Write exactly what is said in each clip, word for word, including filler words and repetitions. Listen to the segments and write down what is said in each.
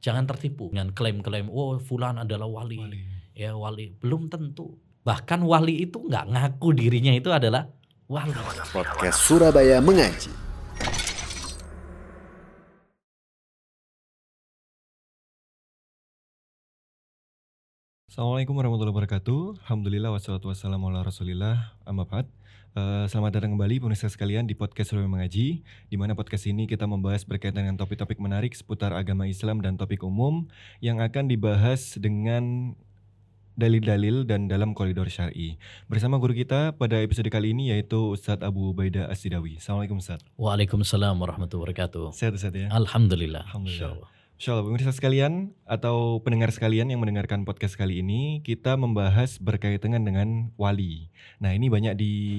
Jangan tertipu dengan klaim-klaim oh fulan adalah wali. Wali. Ya wali, belum tentu. Bahkan wali itu nggak ngaku dirinya itu adalah wali. Podcast Surabaya Mengaji. Assalamualaikum warahmatullahi wabarakatuh. Alhamdulillah wassalatu wassalamu ala rasulillah amma ba'd. Uh, selamat datang kembali pemirsa sekalian di podcast Surabaya Mengaji, di mana podcast ini kita membahas berkaitan dengan topik-topik menarik seputar agama Islam dan topik umum yang akan dibahas dengan dalil-dalil dan dalam koridor syar'i. Bersama guru kita pada episode kali ini yaitu Ustadz Abu Ubaidah As-Sidawi. Assalamualaikum Ustadz. Waalaikumsalam warahmatullahi wabarakatuh. Sehat Ustadz ya? Alhamdulillah. Alhamdulillah. Insyaallah pemirsa sekalian atau pendengar sekalian yang mendengarkan podcast kali ini, kita membahas berkaitan dengan wali. Nah ini banyak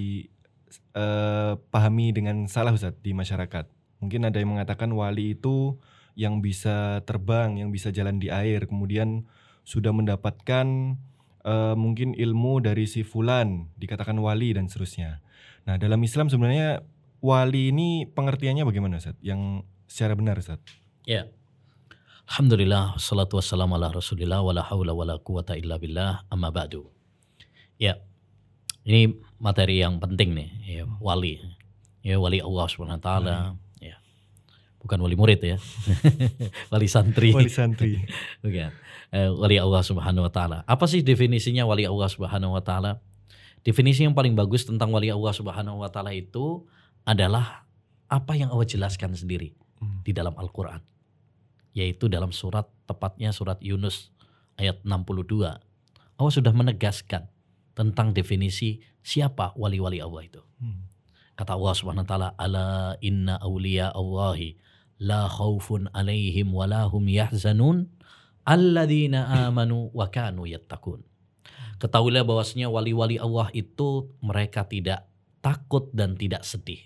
dipahami uh, dengan salah Ustadz di masyarakat. Mungkin ada yang mengatakan wali itu yang bisa terbang, yang bisa jalan di air, kemudian sudah mendapatkan uh, mungkin ilmu dari si fulan, dikatakan wali dan seterusnya. Nah dalam Islam sebenarnya wali ini pengertiannya bagaimana Ustadz? Yang secara benar Ustadz? Ya. Alhamdulillah, salatu wassalamu ala rasulillah, wala hawla wala quwata illa billah, amma ba'du. Ya, ini materi yang penting nih, ya, wali. Ya, wali Allah subhanahu wa ta'ala. Ya. Bukan wali murid ya, wali santri. Wali santri. Bukan. Eh, wali Allah subhanahu wa ta'ala. Apa sih definisinya wali Allah subhanahu wa ta'ala? Definisi yang paling bagus tentang wali Allah subhanahu wa ta'ala itu adalah apa yang Allah jelaskan sendiri hmm. di dalam Al-Quran. Yaitu dalam surat, tepatnya surat Yunus ayat enam puluh dua. Allah sudah menegaskan tentang definisi siapa wali-wali Allah itu. Hmm. Kata Allah subhanahu wa ta'ala, ala inna awliya Allahi la khawfun alaihim wa lahum yahzanun alladzina amanu wa kanu yattaqun. Ketahuilah bahwasanya wali-wali Allah itu mereka tidak takut dan tidak sedih.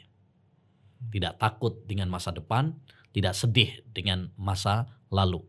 Tidak takut dengan masa depan, tidak sedih dengan masa lalu.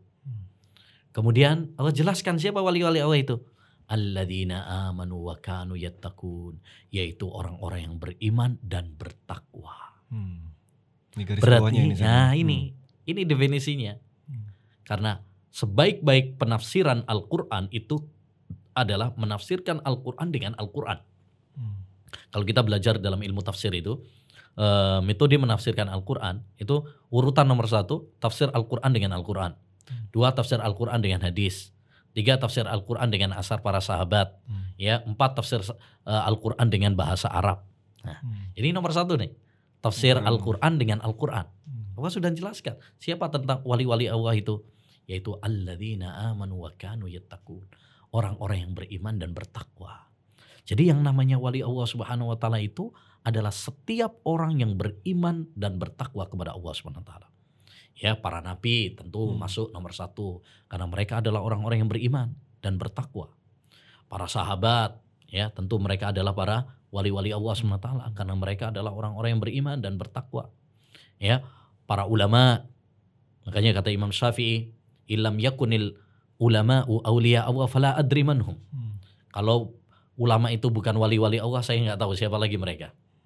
Kemudian Allah jelaskan siapa wali-wali Allah itu. Alladzina amanu wa kanu yattaqun, yaitu orang-orang yang beriman dan bertakwa. Hmm. Ini garis Berarti, bawahnya ini. nah ini, hmm. ini definisinya. Hmm. Karena sebaik-baik penafsiran Al-Quran itu adalah menafsirkan Al-Quran dengan Al-Quran. Hmm. Kalau kita belajar dalam ilmu tafsir itu, Uh, metode menafsirkan Al-Quran itu urutan nomor satu tafsir Al-Quran dengan Al-Quran, dua tafsir Al-Quran dengan hadis, tiga tafsir Al-Quran dengan asar para sahabat, hmm. ya empat tafsir uh, Al-Quran dengan bahasa Arab. Nah, hmm. ini nomor satu nih tafsir hmm. Al-Quran dengan Al-Quran. hmm. Allah sudah jelaskan siapa tentang wali-wali Allah itu, yaitu alladzina amanu wa kanu yattaqun, orang-orang yang beriman dan bertakwa. Jadi yang namanya wali Allah subhanahu wa ta'ala itu adalah setiap orang yang beriman dan bertakwa kepada Allah subhanahu wa taala. Ya, para nabi tentu hmm. masuk nomor satu karena mereka adalah orang-orang yang beriman dan bertakwa. Para sahabat ya tentu mereka adalah para wali-wali Allah subhanahu wa taala karena mereka adalah orang-orang yang beriman dan bertakwa. Ya, para ulama, makanya kata Imam Syafi'i, illam yakunil ulama'u awliya Allah fala adri manhum. Hmm. Kalau ulama itu bukan wali-wali Allah, saya nggak tahu siapa lagi mereka.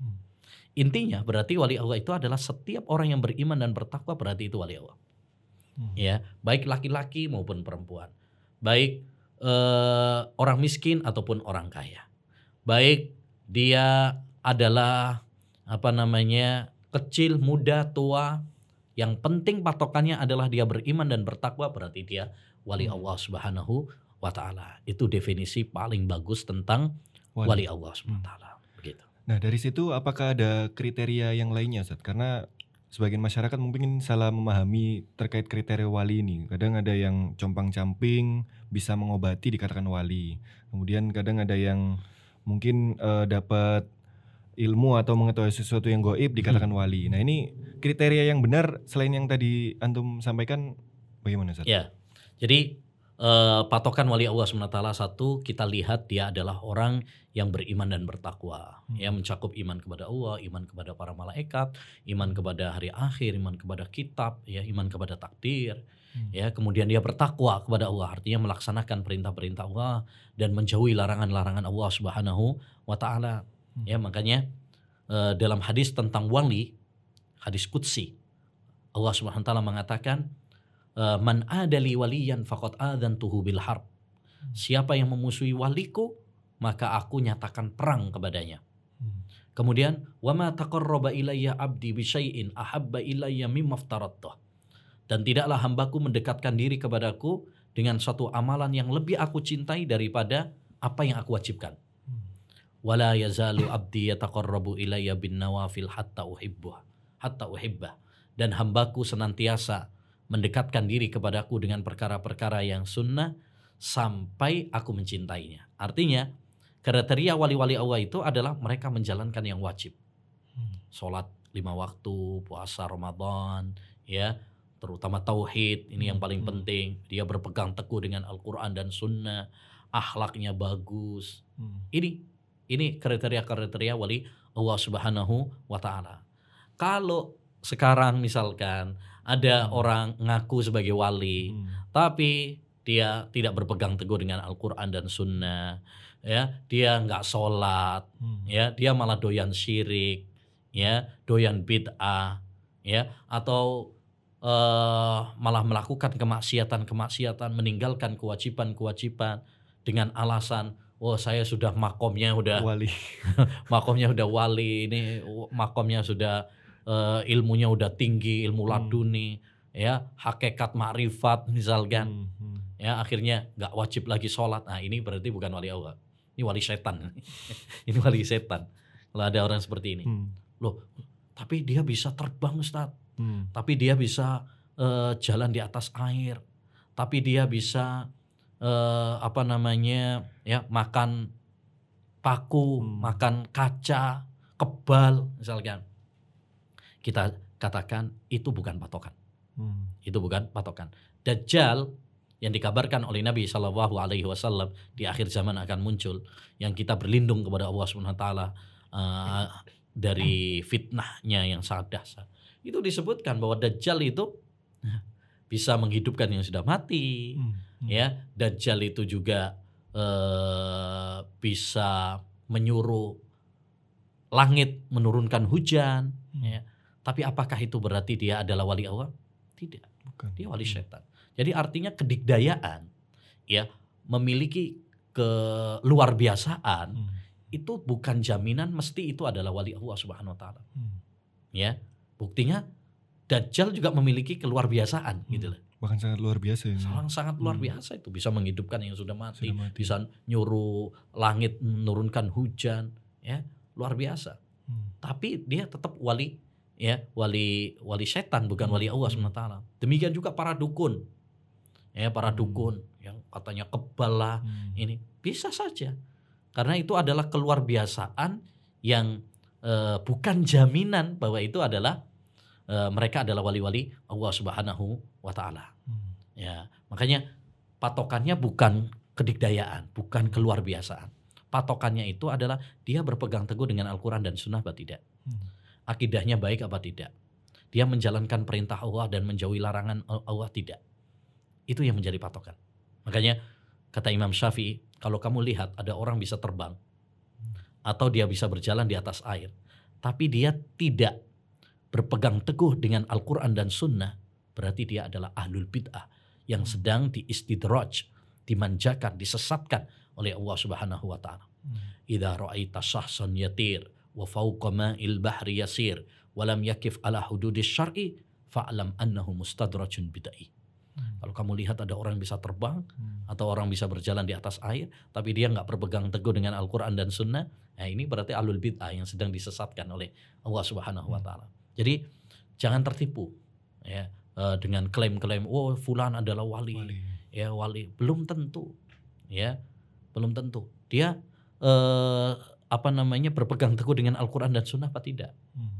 Intinya berarti wali Allah itu adalah setiap orang yang beriman dan bertakwa, berarti itu wali Allah. Hmm. Ya, baik laki-laki maupun perempuan. Baik eh, orang miskin ataupun orang kaya. Baik dia adalah apa namanya? Kecil, muda, tua, yang penting patokannya adalah dia beriman dan bertakwa, berarti dia wali hmm. Allah Subhanahu wa taala. Itu definisi paling bagus tentang wali, wali Allah Subhanahu wa taala. Nah dari situ apakah ada kriteria yang lainnya Ustaz? Karena sebagian masyarakat mungkin salah memahami terkait kriteria wali ini. Kadang ada yang compang-camping bisa mengobati dikatakan wali. Kemudian kadang ada yang mungkin uh, dapat ilmu atau mengetahui sesuatu yang gaib dikatakan hmm. wali. Nah ini kriteria yang benar selain yang tadi antum sampaikan bagaimana Ustaz? Ya, jadi uh, patokan wali Allah subhanahu wa taala satu, kita lihat dia adalah orang yang beriman dan bertakwa, hmm. ya mencakup iman kepada Allah, iman kepada para malaikat, iman kepada hari akhir, iman kepada kitab, ya iman kepada takdir, hmm. ya kemudian dia bertakwa kepada Allah, artinya melaksanakan perintah-perintah Allah dan menjauhi larangan-larangan Allah Subhanahu wa taala. Hmm. Ya makanya uh, dalam hadis tentang wali, hadis qudsi, Allah Subhanahu wa taala mengatakan uh, man adali waliyan faqad adzantuhu bil harb. Siapa yang memusuhi waliku, maka aku nyatakan perang kepadanya. Kemudian wa ma taqarraba ilayya 'abdi bi syai'in ahabba ilayya mimma aftaradtuh. Dan tidaklah hambaku mendekatkan diri kepadaku dengan suatu amalan yang lebih aku cintai daripada apa yang aku wajibkan. Wala yazalu 'abdi yataqarrabu ilayya bin nawafil hatta uhibbuh hatta uhibbah. Dan hambaku senantiasa mendekatkan diri kepadaku dengan perkara-perkara yang sunnah sampai aku mencintainya. Artinya kriteria wali-wali Allah itu adalah mereka menjalankan yang wajib. Sholat lima waktu, puasa Ramadan, ya, terutama tauhid, ini yang paling penting. Dia berpegang teguh dengan Al-Quran dan Sunnah, akhlaknya bagus. Ini, ini kriteria-kriteria wali Allah Subhanahu wa Ta'ala. Kalau sekarang misalkan ada orang ngaku sebagai wali, tapi dia tidak berpegang teguh dengan Al-Quran dan Sunnah, ya, dia nggak sholat, hmm. ya, dia malah doyan syirik, ya, doyan bid'ah, ya, atau uh, malah melakukan kemaksiatan-kemaksiatan, meninggalkan kewajiban-kewajiban dengan alasan, oh saya sudah makomnya udah wali, makomnya udah wali, ini makomnya sudah uh, ilmunya udah tinggi, ilmu laduni, hmm. ya, hakikat ma'rifat misalkan, hmm. Hmm. ya, akhirnya nggak wajib lagi sholat. Nah ini berarti bukan wali Allah. Ini wali setan. Ini wali setan. Kalau ada orang seperti ini. Hmm. Loh, tapi dia bisa terbang, Ustaz. Hmm. Tapi dia bisa uh, jalan di atas air. Tapi dia bisa uh, apa namanya? Ya, makan paku, hmm. makan kaca, kebal misalkan. Kita katakan itu bukan patokan. Hmm. Itu bukan patokan. Dajjal yang dikabarkan oleh Nabi Shallallahu Alaihi Wasallam di akhir zaman akan muncul, yang kita berlindung kepada Allah Subhanahu Wa Taala uh, dari fitnahnya yang sangat dahsyat. Itu disebutkan bahwa Dajjal itu bisa menghidupkan yang sudah mati, hmm. Hmm. ya. Dajjal itu juga uh, bisa menyuruh langit menurunkan hujan, hmm. ya. Tapi apakah itu berarti dia adalah wali Allah? Tidak. Bukan. Dia wali setan. Jadi artinya kedikdayaan, ya, memiliki keluar biasaan, hmm. itu bukan jaminan mesti itu adalah wali Allah Subhanahu Wa Taala. Hmm. Ya, buktinya Dajjal juga memiliki keluar biasaan, hmm. gitu loh. Bahkan sangat luar biasa ini. Sangat sangat luar hmm. biasa itu, bisa menghidupkan yang sudah mati, sudah mati, bisa nyuruh langit menurunkan hujan, ya, luar biasa. Hmm. Tapi dia tetap wali, ya, wali wali setan, bukan hmm. wali Allah Subhanahu Wa Taala. Demikian juga para dukun. Ya, para dukun yang katanya kebal lah, hmm. ini bisa saja, karena itu adalah keluar biasaan yang uh, bukan jaminan bahwa itu adalah uh, mereka adalah wali-wali Allah Subhanahu Wa Taala. Hmm. Ya, makanya patokannya bukan kedikdayaan, bukan keluar biasaan. Patokannya itu adalah dia berpegang teguh dengan Al-Quran dan Sunnah apa tidak, hmm. akidahnya baik apa tidak, dia menjalankan perintah Allah dan menjauhi larangan Allah tidak. Itu yang menjadi patokan. Makanya kata Imam Syafi'i, kalau kamu lihat ada orang bisa terbang atau dia bisa berjalan di atas air, tapi dia tidak berpegang teguh dengan Al-Quran dan Sunnah, berarti dia adalah ahlul bid'ah yang sedang diistidraj, dimanjakan, disesatkan oleh Allah Subhanahu Wa Ta'ala. Idza ra'aita syahsan yatir wa fawqa ma'il bahri yasir wa lam yakif ala hududis syar'i fa'lam annahu mustadrajun bid'ah. Hmm. Kalau kamu lihat ada orang bisa terbang, hmm. atau orang bisa berjalan di atas air, tapi dia nggak berpegang teguh dengan Al-Quran dan Sunnah, nah ini berarti ahlul bid'ah yang sedang disesatkan oleh Allah Subhanahu Wa Ta'ala. Jadi jangan tertipu, ya, dengan klaim-klaim, oh fulan adalah wali, wali. ya wali, belum tentu, ya, belum tentu. Dia eh, apa namanya berpegang teguh dengan Al-Quran dan Sunnah apa tidak? Hmm.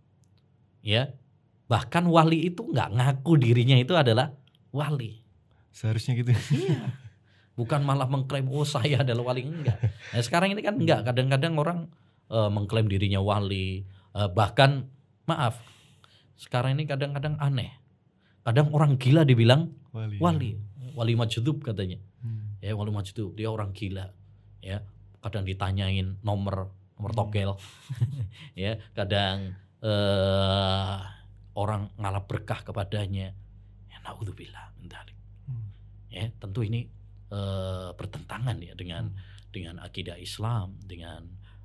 Ya, bahkan wali itu nggak ngaku dirinya itu adalah wali. Seharusnya gitu. Iya. Bukan malah mengklaim oh saya adalah wali, enggak. Nah, sekarang ini kan enggak. Kadang-kadang orang uh, mengklaim dirinya wali, uh, bahkan maaf. Sekarang ini kadang-kadang aneh. Kadang orang gila dibilang wali. Wali, wali majdub katanya. Hmm. Ya, wali majdub, dia orang gila. Ya, kadang ditanyain nomor nomor hmm. togel. Ya, kadang uh, orang ngalap berkah kepadanya. Naudzubillah min dzalik. Hmm. Ya, tentu ini uh, bertentangan ya dengan Hmm. dengan akidah Islam, dengan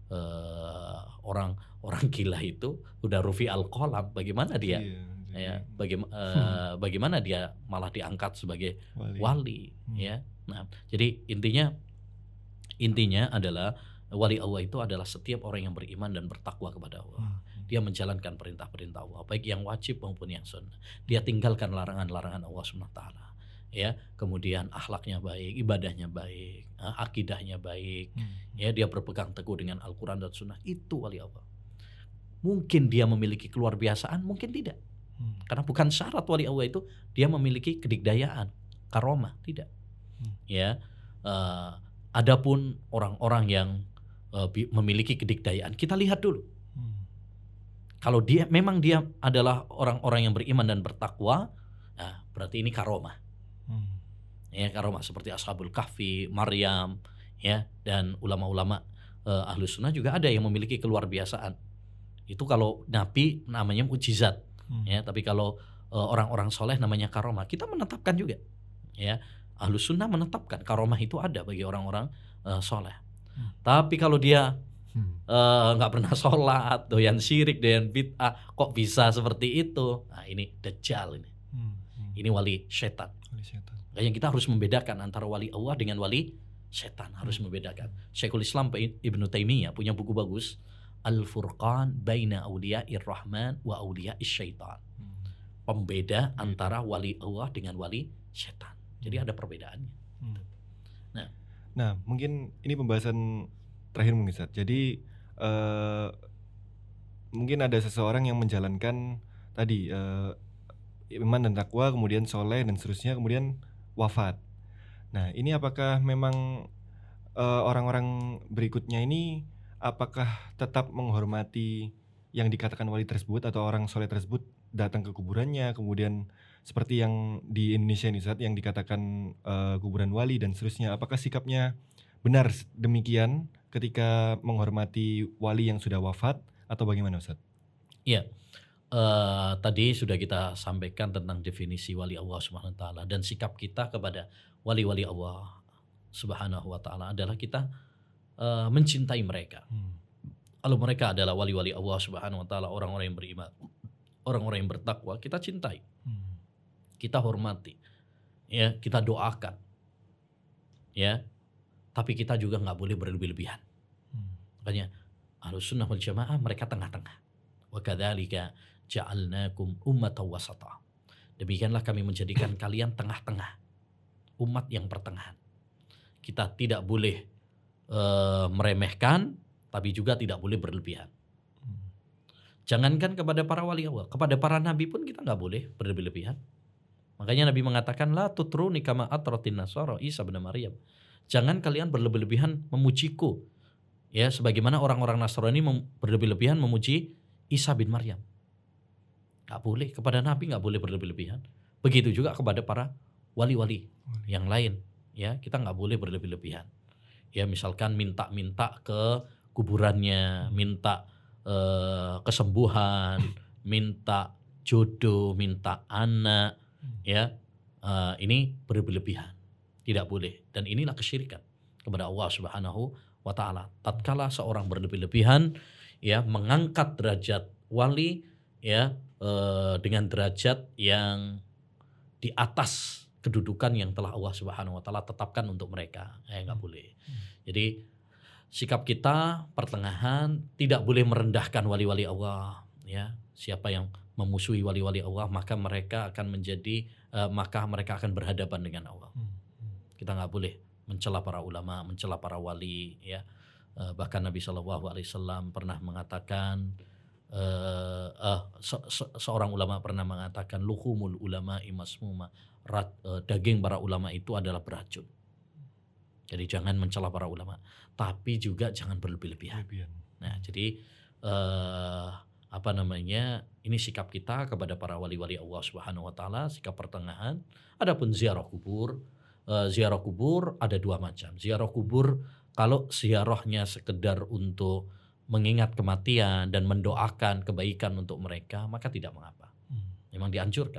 uh, orang orang gila itu udah rufi al-qalam, bagaimana dia Iya, jadi ya bagaimana uh, bagaimana dia malah diangkat sebagai wali. wali Hmm. ya. Nah, jadi intinya intinya adalah wali Allah itu adalah setiap orang yang beriman dan bertakwa kepada Allah. Hmm. Dia menjalankan perintah-perintah Allah, baik yang wajib maupun yang sunnah. Dia tinggalkan larangan-larangan Allah subhanahu wa taala. Ya, kemudian akhlaknya baik, ibadahnya baik, akidahnya baik. Hmm. Ya, dia berpegang teguh dengan Al-Qur'an dan Sunnah. Itu wali Allah. Mungkin dia memiliki keluar biasaan, mungkin tidak. Hmm. Karena bukan syarat wali Allah itu dia memiliki kedikdayaan, karomah, tidak. Hmm. Ya, uh, adapun orang-orang yang uh, memiliki kedikdayaan, kita lihat dulu. Hmm. Kalau dia memang dia adalah orang-orang yang beriman dan bertakwa, nah, berarti ini karomah. Hmm. Ya, karomah seperti Ashabul Kahfi, Maryam, ya, dan ulama-ulama uh, Ahlus Sunnah juga ada yang memiliki keluar biasaan. Itu kalau nabi namanya mukjizat, Hmm. ya. Tapi kalau uh, orang-orang soleh namanya karomah. Kita menetapkan juga, ya. Ahlus Sunnah menetapkan karomah itu ada bagi orang-orang uh, soleh. Hmm. Tapi kalau dia Hmm. nggak uh, pernah sholat, doyan syirik, doyan bid'ah, kok bisa seperti itu? Nah, ini dajjal ini. Hmm. Hmm. Ini wali setan. Wali setan. Makanya kita harus membedakan antara wali Allah dengan wali setan, harus Hmm. membedakan. Syekhul Islam Ibnu Taimiyah punya buku bagus, Al-Furqan Baina Auliya'ir Rahman wa Auliya'is Syaitan. Hmm. Pembeda antara wali Allah dengan wali setan. Jadi ada perbedaannya. Hmm. Nah, Nah, mungkin ini pembahasan terakhir mungkin Ustaz. Jadi uh, mungkin ada seseorang yang menjalankan tadi uh, iman dan takwa, kemudian soleh dan seterusnya, kemudian wafat. Nah, ini apakah memang uh, orang-orang berikutnya ini apakah tetap menghormati yang dikatakan wali tersebut atau orang soleh tersebut datang ke kuburannya, kemudian seperti yang di Indonesia ini Ustaz, yang dikatakan uh, kuburan wali dan seterusnya, apakah sikapnya benar demikian ketika menghormati wali yang sudah wafat atau bagaimana Ustaz? iya. Uh, tadi sudah kita sampaikan tentang definisi wali Allah Subhanahu wa taala, dan sikap kita kepada wali-wali Allah Subhanahu wa taala adalah kita uh, mencintai mereka. Hmm. Kalau mereka adalah wali-wali Allah Subhanahu wa taala, orang-orang yang beriman, orang-orang yang bertakwa, kita cintai. Hmm. Kita hormati. Ya, kita doakan. Ya. Tapi kita juga enggak boleh berlebih-lebihan. Hmm. Makanya Ahlus Sunnah wal Jamaah mereka tengah-tengah. Wa kadzalika ja'alnakum ummatan wasata. Demikianlah kami menjadikan kalian tengah-tengah. Umat yang pertengahan. Kita tidak boleh uh, meremehkan, tapi juga tidak boleh berlebihan. Hmm. Jangankan kepada para wali Allah, kepada para nabi pun kita nggak boleh berlebihan. Makanya Nabi mengatakan la tutruni kama atratin nasara Isa bin Maryam. Jangan kalian berlebih-lebihan memujiku. Ya, sebagaimana orang-orang Nasrani mem- berlebih-lebihan memuji Isa bin Maryam. Nggak boleh, kepada nabi nggak boleh berlebih-lebihan. Begitu juga kepada para wali-wali Wali. yang lain. Ya, kita nggak boleh berlebih-lebihan. Ya, misalkan minta-minta ke kuburannya, minta uh, kesembuhan, minta jodoh, minta anak, ya, uh, ini berlebihan, tidak boleh. Dan inilah kesyirikan kepada Allah Subhanahu wa taala. Tatkala seorang berlebih-lebihan, ya, mengangkat derajat wali, ya, uh, dengan derajat yang di atas kedudukan yang telah Allah Subhanahu wa taala tetapkan untuk mereka. Eh, enggak boleh. Jadi sikap kita pertengahan, tidak boleh merendahkan wali-wali Allah, ya. Siapa yang memusuhi wali-wali Allah, maka mereka akan menjadi uh, maka mereka akan berhadapan dengan Allah. Kita enggak boleh mencela para ulama, mencela para wali, ya. Uh, bahkan Nabi Shallallahu alaihi wasallam pernah mengatakan uh, uh, se- se- seorang ulama pernah mengatakan luhumul ulama imasmuma. Rat, uh, daging para ulama itu adalah beracun. Jadi jangan mencela para ulama, tapi juga jangan berlebih-lebihan. Lebihan. Nah, jadi uh, apa namanya? Ini sikap kita kepada para wali-wali Allah Subhanahu wa taala, sikap pertengahan. Adapun ziarah kubur, uh, ziarah kubur ada dua macam. Ziarah kubur kalau ziarahnya sekedar untuk mengingat kematian dan mendoakan kebaikan untuk mereka, maka tidak mengapa. Hmm. Memang dianjurkan.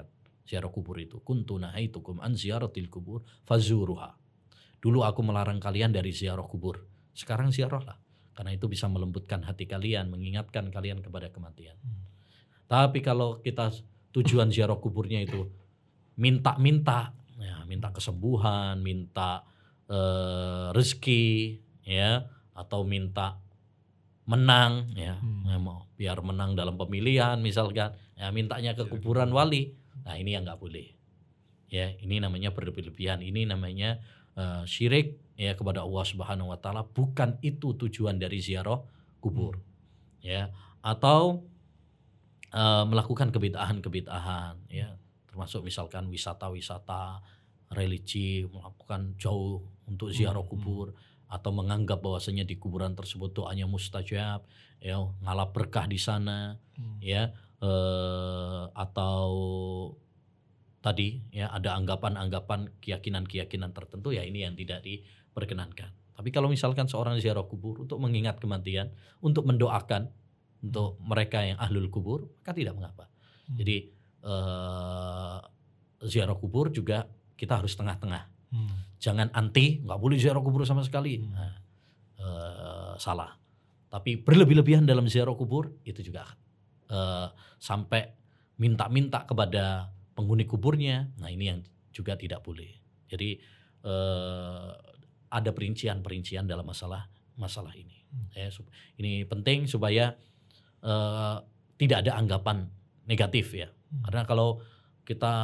ziarah kubur itu. Kuntu nahaitukum an ziyaratil kubur fazuruha. Dulu aku melarang kalian dari ziarah kubur. Sekarang ziarahlah. Karena itu bisa melembutkan hati kalian, mengingatkan kalian kepada kematian. Hmm. Tapi kalau kita tujuan ziarah kuburnya itu minta-minta, ya, minta kesembuhan, minta uh, rezeki, ya, atau minta menang, ya, hmm. ya mau biar menang dalam pemilihan misalkan, ya mintanya ke kuburan wali. Nah ini yang nggak boleh, ya ini namanya berlebihan, ini namanya uh, syirik ya kepada Allah Subhanahu Wa Taala. Bukan itu tujuan dari ziarah kubur, hmm. ya atau uh, melakukan kebid'ahan-kebid'ahan, ya termasuk misalkan wisata-wisata religi, melakukan jauh untuk ziarah kubur. Hmm. Atau menganggap bahwasanya di kuburan tersebut doanya mustajab, ya ngalap berkah di sana, hmm. ya eh, atau tadi ya ada anggapan-anggapan keyakinan-keyakinan tertentu, ya ini yang tidak diperkenankan. Tapi kalau misalkan seorang ziarah kubur untuk mengingat kematian, untuk mendoakan hmm. untuk mereka yang ahlul kubur, maka tidak mengapa. Hmm. Jadi eh, ziarah kubur juga kita harus tengah-tengah. Hmm. Jangan anti, nggak boleh ziarah kubur sama sekali, hmm. nah, uh, salah. Tapi berlebih-lebihan dalam ziarah kubur itu juga uh, sampai minta-minta kepada penghuni kuburnya. Nah ini yang juga tidak boleh. Jadi uh, ada perincian-perincian dalam masalah masalah ini. Hmm. Ya, ini penting supaya uh, tidak ada anggapan negatif ya. Hmm. Karena kalau kita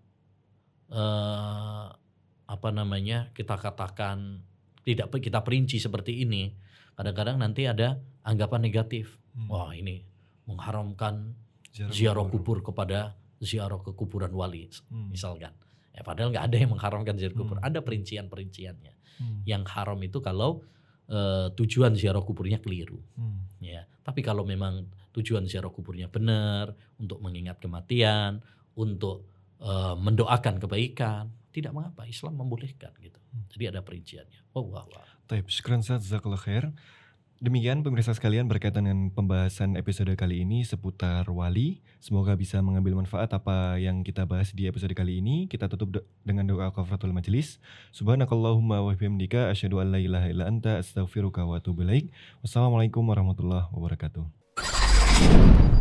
uh, apa namanya kita katakan tidak kita perinci seperti ini, kadang-kadang nanti ada anggapan negatif. Hmm. Wah ini mengharamkan ziarah, ziarah kubur kepada ziarah ke kuburan wali, hmm. misalkan. Ya, padahal nggak ada yang mengharamkan ziarah kubur, hmm. ada perincian-perinciannya. Hmm. Yang haram itu kalau uh, tujuan ziarah kuburnya keliru. Hmm. Ya, tapi kalau memang tujuan ziarah kuburnya benar untuk mengingat kematian, untuk uh, mendoakan kebaikan, tidak mengapa, Islam membolehkan gitu. Jadi ada perinciannya. Oh wah wah. Taib, syukran Ustaz, jazakallahu khair. Demikian pemirsa sekalian berkaitan dengan pembahasan episode kali ini seputar wali. Semoga bisa mengambil manfaat apa yang kita bahas di episode kali ini. Kita tutup do- dengan doa kafaratul majelis. Subhanakallahumma wa bihamdika asyhadu an la ilaha illa anta astaghfiruka wa atubu ilaik. Wassalamualaikum warahmatullahi wabarakatuh.